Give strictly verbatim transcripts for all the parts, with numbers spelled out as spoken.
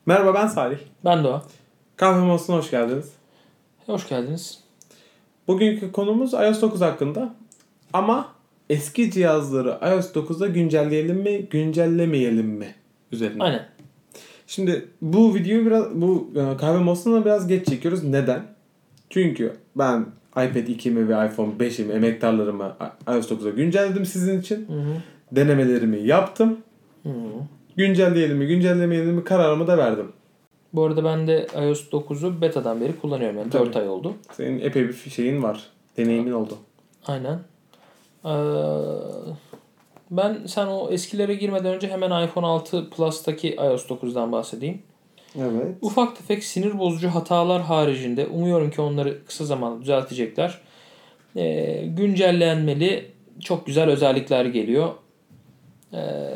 Merhaba, ben Salih. Ben Doğa. Kahve Molası'na hoş geldiniz. Hoş geldiniz. Bugünkü konumuz iOS dokuz hakkında. Ama eski cihazları iOS dokuzda güncelleyelim mi, güncellemeyelim mi üzerine. Aynen. Şimdi bu videoyu biraz, bu e, kahve molasını biraz geç çekiyoruz. Neden? Çünkü ben iPad ikimi ve iPhone beşimi, emektarlarımı iOS dokuza güncelledim sizin için. Hı hı. Denemelerimi yaptım. Hı hı. Güncelleyelim mi, güncellemeyelim mi kararımı da verdim. Bu arada ben de iOS dokuzu beta'dan beri kullanıyorum. Yani Tabii. dört ay oldu. Senin epey bir şeyin var. Deneyimin oldu. Aynen. Ee, ben sen o eskilere girmeden önce hemen iPhone altı Plus'taki iOS dokuzdan bahsedeyim. Evet. Ufak tefek sinir bozucu hatalar haricinde umuyorum ki onları kısa zamanda düzeltecekler. Ee, güncellenmeli çok güzel özellikler geliyor. Ee,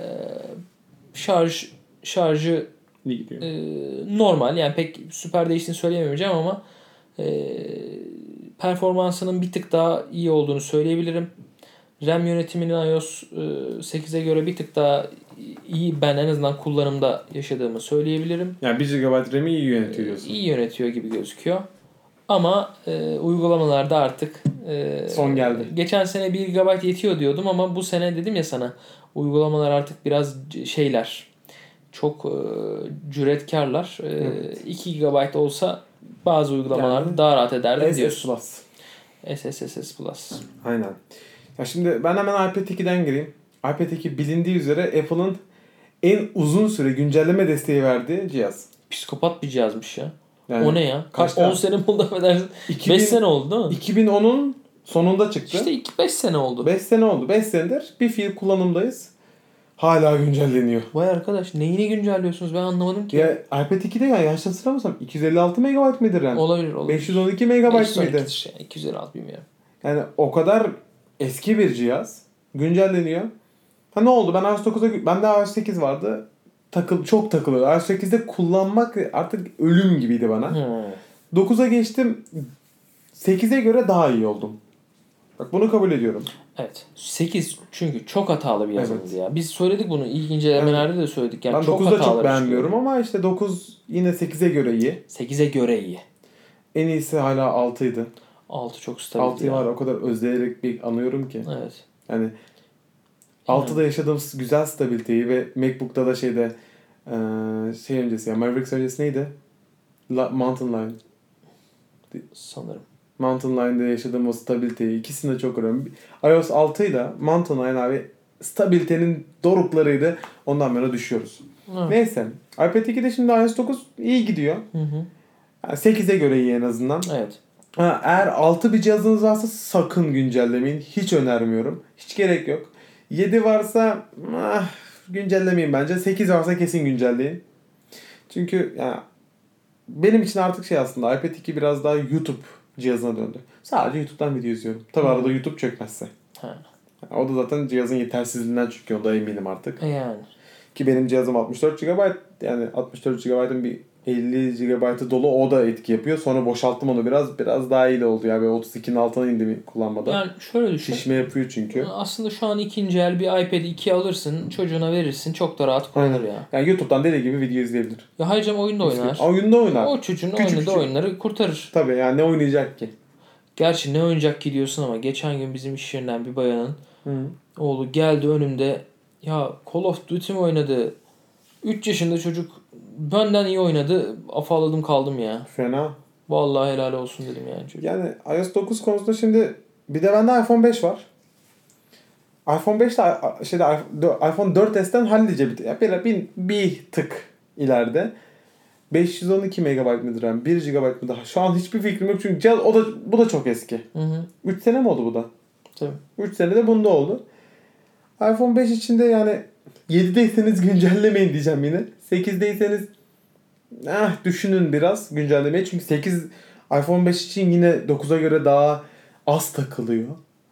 şarj şarjı İyi gidiyor. e, normal, yani pek süper değiştiğini söyleyemeyeceğim ama e, performansının bir tık daha iyi olduğunu söyleyebilirim. RAM yönetiminin iOS e, sekize göre bir tık daha iyi, ben en azından kullanımda yaşadığımı söyleyebilirim. Yani bir gigabayt RAM'i iyi yönetiyor diyorsun. İyi yönetiyor gibi gözüküyor. Ama e, uygulamalarda artık e, son geldi. Geçen sene bir gigabayt yetiyor diyordum ama bu sene dedim ya sana, uygulamalar artık biraz şeyler, çok e, cüretkarlar. E, Evet. iki gigabayt olsa bazı uygulamalarda Yani, daha rahat ederdim S S diyorsun. Plus. S S S S Plus. Aynen. Ya şimdi ben hemen iPad ikiden gireyim. iPad iki bilindiği üzere Apple'ın en uzun süre güncelleme desteği verdiği cihaz. Psikopat bir cihazmış ya. Yani o ne ya? kaç on sene oldu affedersin. beş sene oldu değil mi? iki bin onun sonunda çıktı. İşte beş sene oldu. beş sene oldu. beş senedir bir fiil kullanımdayız. Hala güncelleniyor. Vay arkadaş, neyini güncelliyorsunuz ben anlamadım ki. Ya iPad ikide ya yanlış hatırlamıyorsam iki yüz elli altı megabayt mıydı RAM? Olabilir olabilir. beş yüz on iki megabayt beş yüz on iki mıydı? Şey, iki yüz elli altı bilmiyorum. Yani o kadar eski bir cihaz. Güncelleniyor. Ha ne oldu? Ben iOS dokuza, bende iOS sekiz vardı. Takıl, çok takılıyor. iOS sekizde kullanmak artık ölüm gibiydi bana. Hmm. dokuza geçtim. sekize göre daha iyi oldum. Bak bunu kabul ediyorum. Evet. sekiz çünkü çok hatalı bir yazılımdı Evet. ya. Biz söyledik bunu ilk incelemelerde Yani, de söyledik. Yani ben çok dokuzda çok hatalar beğenmiyorum işliyor. ama işte dokuz yine sekize göre iyi. sekize göre iyi. En iyisi hala altıydı. altı çok stabil altıyı ya. var o kadar özleyerek bir anıyorum ki. Evet. Yani altıda yaşadığım güzel stabiliteyi ve MacBook'ta da şeyde ee, şey öncesi ya Mavericks öncesi neydi? La, Mountain Lion. Sanırım. Mountain Lion'da yaşadığım o stabiliteyi ikisini de çok önemli. iOS altı ile Mountain Lion abi stabilitenin doruklarıydı. Ondan sonra düşüyoruz. Evet. Neyse. iPad ikide şimdi iOS dokuz iyi gidiyor. Hı hı. Yani sekize göre iyi en azından. Evet. Ha, eğer altı bir cihazınız varsa sakın güncellemeyin. Hiç önermiyorum. Hiç gerek yok. yedi varsa ah, güncellemeyin bence. sekiz varsa kesin güncelleyin. Çünkü yani benim için artık şey aslında iPad iki biraz daha YouTube cihazına döndü. Sadece YouTube'dan video izliyorum. Tabi arada YouTube çökmezse. Ha. O da zaten cihazın yetersizliğinden çıkıyor. Onda eminim artık. Yani. Ki benim cihazım altmış dört gigabayt. Yani altmış dört gigabaytın bir elli gigabaytı dolu. O da etki yapıyor. Sonra boşalttım onu biraz. Biraz daha iyi de oldu. Yani otuz ikinin altına indi kullanmada. Yani şöyle düşün. Şişme yapıyor çünkü. Aslında şu an ikinci el bir iPad iki alırsın. Çocuğuna verirsin. Çok da rahat kullanır Aynen. ya. Yani YouTube'dan deli gibi video izleyebilir. Ya hayır canım, oyunda oynar. Oyunda oynar. O çocuğun Küçük oynadığı küçük. oyunları kurtarır. Tabii yani ne oynayacak ki? Gerçi ne oynayacak ki diyorsun ama geçen gün bizim iş yerinden bir bayanın Hı. oğlu geldi önümde, ya Call of Duty mi oynadı? üç yaşında çocuk benden iyi oynadı. Afalladım kaldım ya. Fena. Vallahi helal olsun dedim yani çocuk. Yani iOS dokuz konusunda şimdi bir de bende iPhone beş var. iPhone beş de şeyde iPhone dört S'ten hallice bir, bir, bir, bir tık ileride. beş yüz on iki megabayt mıdır RAM? bir gigabayt mı daha? Şu an hiçbir fikrim yok çünkü cihaz o da bu da çok eski. Hı hı. üç sene mi oldu bu da? Tabii. üç sene de bunda oldu. iPhone beş içinde yani yedideyseniz güncellemeyin diyeceğim yine. sekizdeyseniz eh, düşünün biraz güncellemeyi. Çünkü sekiz iPhone beş için yine dokuza göre daha az takılıyor.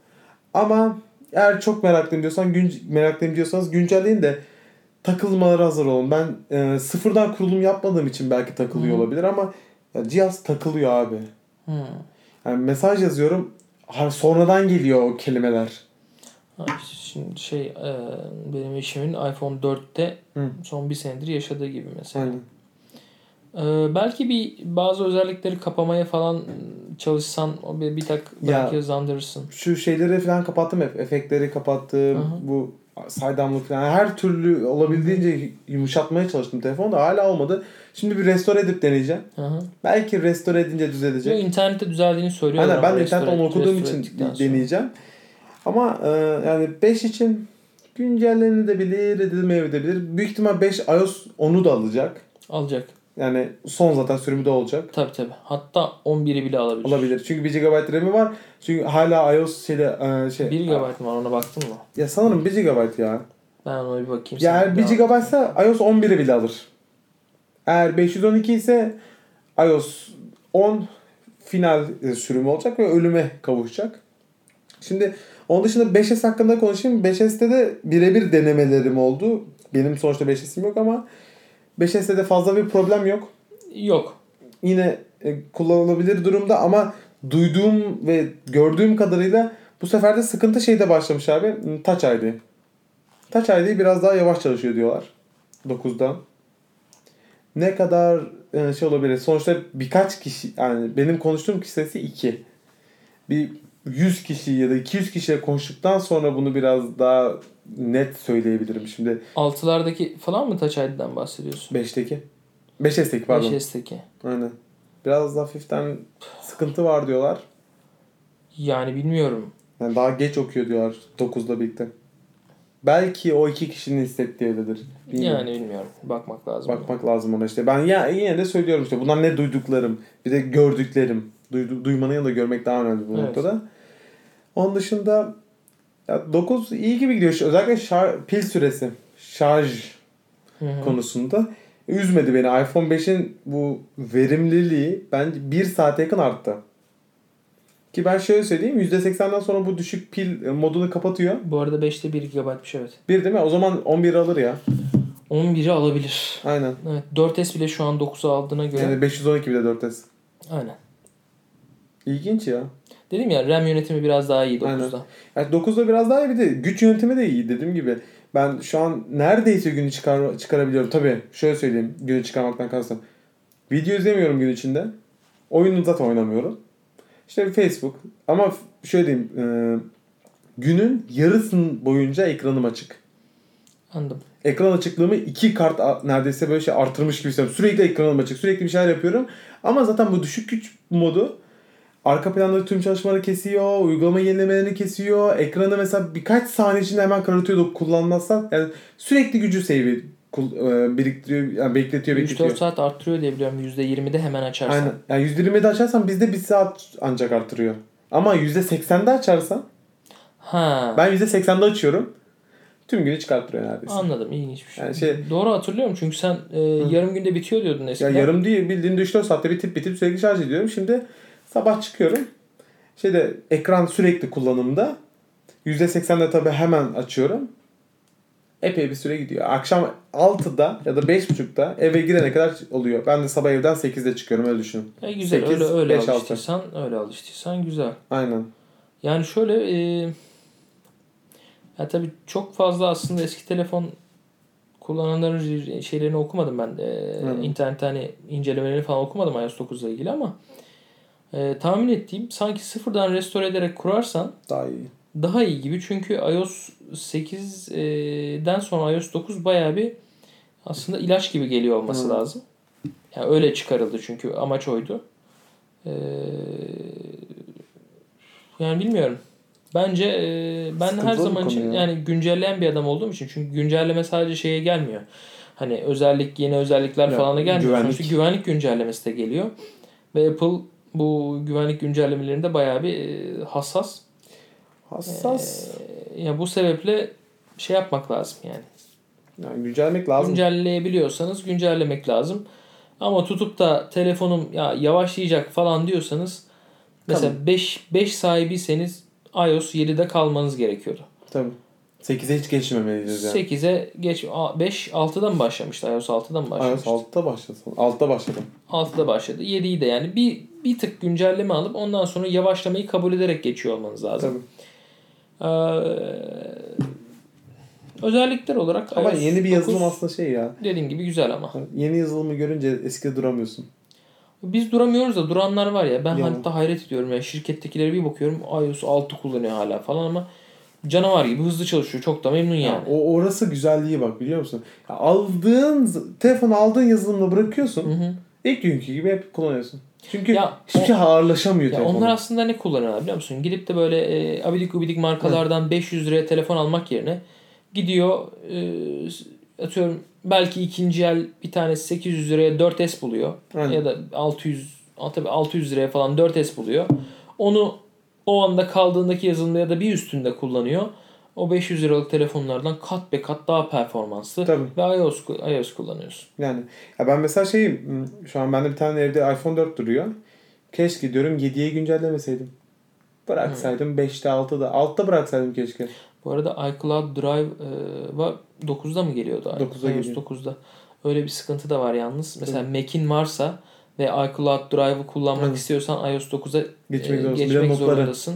Ama eğer çok meraklıyım diyorsan, gün, meraklıyım diyorsanız güncelleyin de takılmalara hazır olun. Ben e, sıfırdan kurulum yapmadığım için belki takılıyor Hı. olabilir ama ya, cihaz takılıyor abi. Hı. Yani mesaj yazıyorum, sonradan geliyor o kelimeler. Ha, şimdi şey e, benim eşimin iPhone dörtte Hı. son bir senedir yaşadığı gibi mesela. Aynen. Ee, belki bir bazı özellikleri kapamaya falan çalışsan o bir, bir tak belki Ya, hızlandırırsın. Şu şeyleri falan kapattım hep. Efektleri kapattım. Hı hı. Bu saydamlık falan. Her türlü olabildiğince yumuşatmaya çalıştım telefonu da hala olmadı. Şimdi bir restore edip deneyeceğim. Hı hı. Belki restore edince Yo, düzelecek. internette düzeldiğini söylüyorlar Aynen, ben ama de internetten restore, onu okuduğum restore için ettikten bir sonra. deneyeceğim. Ama e, yani beş için güncellenebilir, edilmeyebilir. Büyük ihtimal beş iOS onu da alacak. Alacak. Yani son zaten sürümü de olacak. Tabii tabii. Hatta on biri bile alabilir. Olabilir. Çünkü bir gigabayt RAM'i var. Çünkü hala iOS şeyle e, şey bir gigabayt mı var, ona baktın mı? ya sanırım bir gigabayt ya. Ben ona bir bakayım. Ya sen eğer bir devam et. gigabayt ise iOS on biri bile alır. Eğer beş yüz on iki ise iOS on final sürümü olacak ve ölüme kavuşacak. Şimdi onun dışında beş S hakkında konuşayım. beş S'te de birebir denemelerim oldu. Benim sonuçta beş S'im yok ama beş S'te de fazla bir problem yok. Yok. Yine e, kullanılabilir durumda ama duyduğum ve gördüğüm kadarıyla bu sefer de sıkıntı şeyde başlamış abi. Touch I D. Touch I D biraz daha yavaş çalışıyor diyorlar. dokuzdan. Ne kadar e, şey olabilir? Sonuçta birkaç kişi, yani benim konuştuğum kişi sayısı iki. Bir yüz kişi ya da iki yüz kişiyle konuştuktan sonra bunu biraz daha net söyleyebilirim. Şimdi Altılardaki falan mı Touch I D'den bahsediyorsun? beşteki. beş S'teki pardon. beş S'teki. Aynen. Biraz da hafiften sıkıntı var diyorlar. Yani bilmiyorum. Yani daha geç okuyor diyorlar dokuzla birlikte. Belki o iki kişinin hissettiği öyledir. Bilmiyorum. Yani bilmiyorum. Bakmak lazım. Bakmak lazım ona işte. Ben ya yine de söylüyorum işte. Bunlar ne duyduklarım. Bir de gördüklerim. Duydu, duymanın yanında görmek daha önemli bu Evet. noktada. Onun dışında ya dokuz iyi gibi gidiyor. Özellikle şar, pil süresi. Şarj Hı hı. konusunda. Üzmedi beni. iPhone beşin bu verimliliği bence bir saate yakın arttı. Ki ben şöyle söyleyeyim. yüzde seksenden sonra bu düşük pil modunu kapatıyor. Bu arada beşte bir gigabaytmış evet. Bir değil mi? O zaman on bir alır ya. on biri alabilir. Aynen. Evet, dört S bile şu an dokuzu aldığına göre. Yani beş yüz on iki bile dört S. Aynen. İlginç ya. Dedim ya, RAM yönetimi biraz daha iyi dokuzda. Aynen. Yani dokuzda biraz daha iyi, bir de güç yönetimi de iyi dediğim gibi. Ben şu an neredeyse günü çıkar çıkarabiliyorum. Tabii şöyle söyleyeyim, günü çıkarmaktan kastım. Video izlemiyorum gün içinde. Oyunu zaten oynamıyorum. İşte Facebook. Ama şöyle diyeyim. E, günün yarısının boyunca ekranım açık. Anladım. Ekran açıklığımı iki kart neredeyse böyle şey artırmış gibi hissediyorum. Sürekli ekranım açık. Sürekli bir şeyler yapıyorum. Ama zaten bu düşük güç modu arka planda tüm çalışmaları kesiyor, uygulama yenilemelerini kesiyor. Ekranı mesela birkaç saniye içinde hemen karartıyor kullanmazsan. Yani sürekli gücü save biriktiriyor, yani bekletiyor, üç bekletiyor. dört saat arttırıyor diye biliyorum. yüzde yirmide hemen açarsan. Aynen. Yani yüzde yirmide açarsan bizde bir saat ancak artırıyor. Ama yüzde seksende açarsan, Ha. ben yüzde seksende açıyorum. Tüm günü çıkarttırıyor neredeyse. Anladım. İlginç bir şey. Yani şey, Doğru hatırlıyorum çünkü sen e, yarım günde bitiyor diyordun ya eskiden. yarım değil, bildiğin üç dört saatte bitip bitip sürekli şarj ediyorum. Şimdi sabah çıkıyorum. Şeyde ekran sürekli kullanımda. yüzde seksende tabii hemen açıyorum. Epey bir süre gidiyor. Akşam altıda ya da beş buçukta eve girene kadar oluyor. Ben de sabah evden sekizde çıkıyorum, öyle düşünün. E, güzel. sekiz, öyle öyle beş, altı. alıştıysan, öyle alıştıysan güzel. Aynen. Yani şöyle e, ya tabii çok fazla aslında eski telefon kullananların şeylerini okumadım ben. E, Hmm. İnternette hani incelemelerini falan okumadım iOS dokuzla ilgili ama e, tahmin ettiğim sanki sıfırdan restore ederek kurarsan Daha iyi. daha iyi gibi. Çünkü iOS sekizden sonra iOS dokuz bayağı bir aslında ilaç gibi geliyor olması Hmm. lazım. Yani öyle çıkarıldı çünkü amaç oydu. Ee, yani bilmiyorum. Bence e, ben Sıkıntılı her bir zaman konu için ya. yani güncelleyen bir adam olduğum için, çünkü güncelleme sadece şeye gelmiyor. Hani özellik, yeni özellikler Ya, falan da gelmiyor. güvenlik. Sonuçta güvenlik güncellemesi de geliyor. Ve Apple bu güvenlik güncellemelerinde bayağı bir e, hassas. Hassas. Ee, ya bu sebeple şey yapmak lazım yani. Yani güncellemek lazım. Güncelleyebiliyorsanız güncellemek lazım. Ama tutup da telefonum ya yavaşlayacak falan diyorsanız, mesela beş beş sahibiyseniz iOS yedide kalmanız gerekiyordu. Tabii. sekize hiç geçmemeliyiz yani. sekize geç, beş altıdan başlamıştı. iOS altıdan başlamıştı. iOS altıda başlasın. altıda başladım. altıda başladı. yediyi de yani bir bir tık güncelleme alıp ondan sonra yavaşlamayı kabul ederek geçiyor olmanız lazım. Tabii. Ee, Özellikler olarak Ama iOS yeni bir yazılım dokuz aslında şey ya. dediğim gibi güzel ama. Yeni yazılımı görünce eskide duramıyorsun. Biz duramıyoruz da duranlar var ya. Ben Yani. hatta hayret ediyorum ya. Şirkettekilere bir bakıyorum iOS altı kullanıyor hala falan ama canavar gibi hızlı çalışıyor. Çok da memnun yani. Ya, o orası güzelliği bak biliyor musun? Ya, aldığın telefonu aldığın yazılımla bırakıyorsun. Hı hı. İlk günkü gibi hep kullanıyorsun. Çünkü Ya, hiçbir o- şey ağırlaşamıyor Ya telefonun. onlar aslında ne kullanıyorlar biliyor musun? Gidip de böyle e, abidik gubidik markalardan beş yüz liraya telefon almak yerine gidiyor e, atıyorum belki ikinci el bir tanesi sekiz yüz liraya dört S buluyor. Aynen. Ya da altı yüz tabii altı yüz liraya falan dört S buluyor. Onu o anda kaldığındaki yazılımda ya da bir üstünde kullanıyor. O beş yüz liralık telefonlardan kat be kat daha performanslı Tabii. ve iOS iOS kullanıyorsun. Yani ya ben mesela şeyim şu an bende bir tane evde iPhone dört duruyor. Keşke diyorum yediye güncellemeseydim. Bıraksaydım beşte altıda. altıda bıraksaydım keşke. Bu arada iCloud Drive e, var dokuzda mı geliyordu? dokuzda iOS geliyor. dokuzda. Öyle bir sıkıntı da var yalnız. Mesela Mac'in varsa ve iCloud Drive'ı kullanmak Hı. istiyorsan iOS dokuza Geçmek e, zorundasın. Bir de geçmek notları. zorundasın.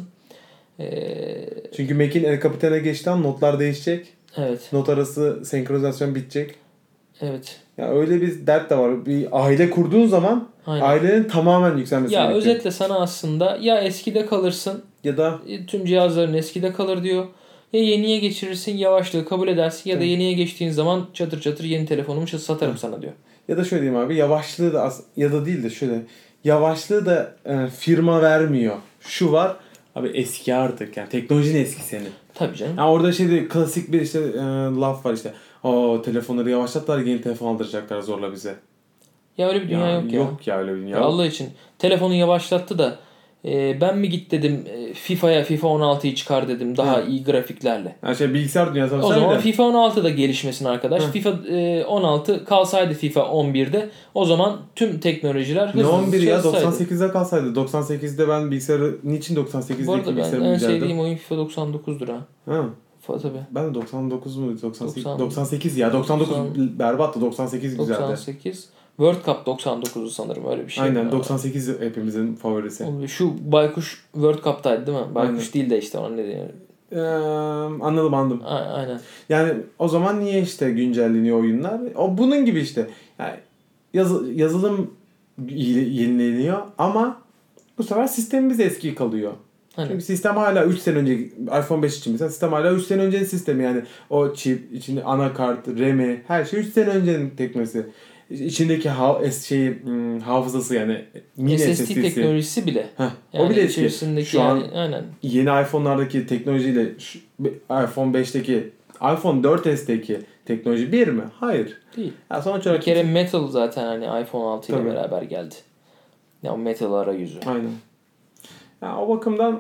E, Çünkü Mac'in El Capitane'e geçtiği an notlar değişecek. evet. Not arası senkronizasyon bitecek. Evet. Ya öyle bir dert de var. Bir aile kurduğun zaman Aynen. ailenin tamamen yükselmesi Ya gerekiyor. özetle sana aslında ya eskide kalırsın Ya da e, tüm cihazların eskide kalır diyor. Ya yeniye geçirirsin yavaşlığı kabul edersin ya da Tabii. yeniye geçtiğin zaman çatır çatır yeni telefonumu satarım Hı. sana diyor. ya da şöyle diyeyim abi yavaşlığı da as- ya da değil de şöyle yavaşlığı da e, firma vermiyor. Şu var abi eski artık yani teknolojinin eski senin. Tabii canım. Yani orada şey de klasik bir işte e, laf var işte. O telefonları yavaşlattılar yeni telefon aldıracaklar zorla bize. Ya öyle bir dünya Ya, yok ya. Yok ya öyle bir dünya. Ya Allah için telefonu yavaşlattı da e, ben mi git dedim e, FIFA'ya FIFA on altıyı çıkar dedim daha Hı. iyi grafiklerle. Yani şey bilgisayar dünyası. O zaman FIFA on altı da gelişmesin arkadaş. Hı. FIFA e, on altı kalsaydı FIFA on birde o zaman tüm teknolojiler Ne hızlı on bir ya çalışsaydı. doksan sekizde kalsaydı. doksan sekizde ben bilgisayarı niçin doksan sekizdeki Bu arada ben bilgisayarımı en güzeldim? sevdiğim oyun FIFA doksan dokuzdur ha. Ha. FIFA tabii. Ben de doksan dokuz mu doksan sekiz doksan doksan sekiz ya doksan dokuz doksan berbattı doksan sekiz güzeldi. doksan sekiz World Cup doksan dokuzu sanırım öyle bir şey. Aynen Ha. doksan sekiz hepimizin favorisi. Oğlum, Şu Baykuş World Cup'taydı değil mi? Baykuş Aynen. değil de işte ona ne deniyor. Ee, anladım anladım. A- Aynen. Yani o zaman niye işte güncelleniyor oyunlar? O bunun gibi işte. Yani yazı, yazılım iyi- yenileniyor ama bu sefer sistemimiz eski kalıyor. Hani. Çünkü sistem hala üç sene önce iPhone beş için mesela sistem hala üç sene öncenin sistemi yani o çip, içinde anakart, RAM'i her şey üç sene öncenin teknolojisi. İçindeki ha es şey hmm, hafızası yani mini S S S D S D'si. teknolojisi bile. Heh, Yani o bile eski. içerisindeki Şu an yani, aynen. yeni iPhone'lardaki teknolojiyle şu, iPhone beşteki iPhone dört S'teki teknoloji bir mi? Hayır. Değil. Ya sonuç Bir olarak kere Metal zaten hani iPhone altı ile Tabii. beraber geldi. Ya o Metal arayüzü. aynen. Ya o bakımdan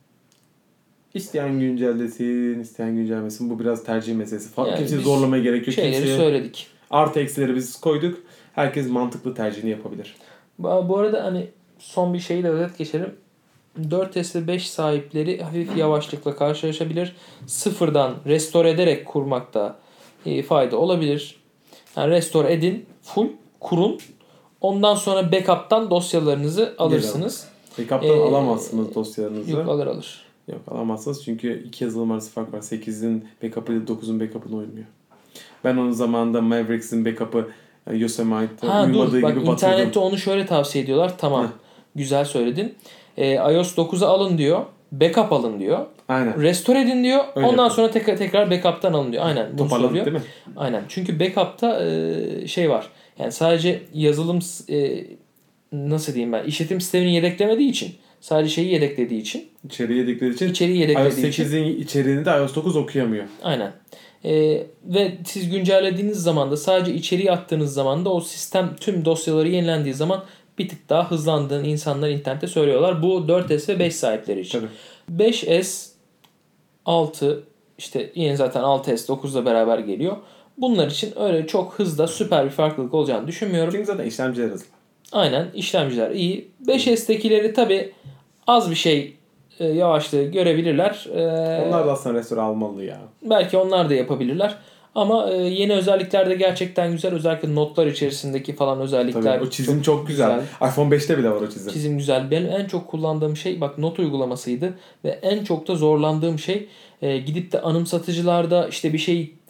isteyen güncellesin, isteyen güncellemesin. Bu biraz tercih meselesi. Fa- Yani Kimseyi biz zorlamaya gerek yok. Şeyleri Kimseye söyledik. artı eksileri biz koyduk. Herkes mantıklı tercihini yapabilir. Bu bu arada hani son bir şeyi de özet geçelim. dört S ve beş sahipleri hafif yavaşlıkla karşılaşabilir. Sıfırdan restore ederek kurmakta e, fayda olabilir. Yani restore edin, full kurun. Ondan sonra backup'tan dosyalarınızı alırsınız. Backup'tan Ee, alamazsınız dosyalarınızı. Yok alır alır. Yok alamazsınız çünkü iki yazılım arası fark var. sekizin backup'ı ile dokuzun backup'ına uymuyor. Ben onun zamanında Mavericks'in backup'ı e, Yosemite'de Ha uymadığı dur bak gibi batırdım. internette onu şöyle tavsiye ediyorlar. Tamam. Heh. Güzel söyledin. Ee, iOS dokuza alın diyor. Backup alın diyor. Aynen. Restore edin diyor. Öyle Ondan yapın. sonra tekrar tekrar backup'tan alın diyor. Aynen. Bunu Toparladık söylüyor. değil mi? Aynen. Çünkü backup'ta e, şey var. Yani sadece yazılım e, nasıl diyeyim ben işletim sistemini yedeklemediği için sadece şeyi yedeklediği için İçeriği yedekleri için içeriği iOS yedeklediği için sekizin içeriğini de iOS dokuz okuyamıyor. aynen. Ee, ve siz güncellediğiniz zaman da sadece içeriği attığınız zaman da o sistem tüm dosyaları yenilendiği zaman bir tık daha hızlandığını insanlar internette söylüyorlar. Bu dört S ve beş sahipleri için. Tabii. beş S, altı işte yine zaten altı S dokuzla beraber geliyor. Bunlar için öyle çok hızda süper bir farklılık olacağını düşünmüyorum. Çünkü zaten işlemciler hızlı. Aynen işlemciler iyi. beş S'tekileri tabi az bir şey e, yavaşlığı görebilirler. Ee, Onlar da aslında restore almalı ya. Belki onlar da yapabilirler. Ama e, yeni özellikler de gerçekten güzel. Özellikle notlar içerisindeki falan özellikler. Tabii o çizim çok, çok güzel. güzel. iPhone beşte bile var o çizim. Çizim güzel. Benim en çok kullandığım şey bak not uygulamasıydı. Ve en çok da zorlandığım şey e, gidip de anımsatıcılarda işte bir şey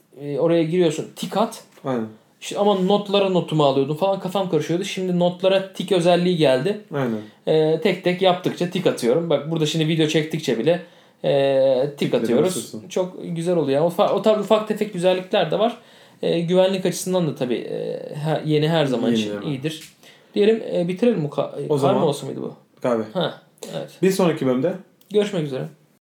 e, oraya giriyorsun tik at. Aynen. İşte ama notlara notumu alıyordum falan, kafam karışıyordu. Şimdi notlara tik özelliği geldi. Aynen. Ee, tek tek yaptıkça tik atıyorum. Bak burada şimdi video çektikçe bile e, tik Tikleri atıyoruz. basıyorsun. Çok güzel oluyor. O, fa- o tarz ufak tefek güzellikler de var. E, güvenlik açısından da tabii e, ha- yeni her zaman Yeni için ama. iyidir. Diyelim e, bitirelim bu. Ka- O kar zaman- mı olsun muydu bu? Galiba. Ha, evet. Bir sonraki bölümde Görüşmek üzere.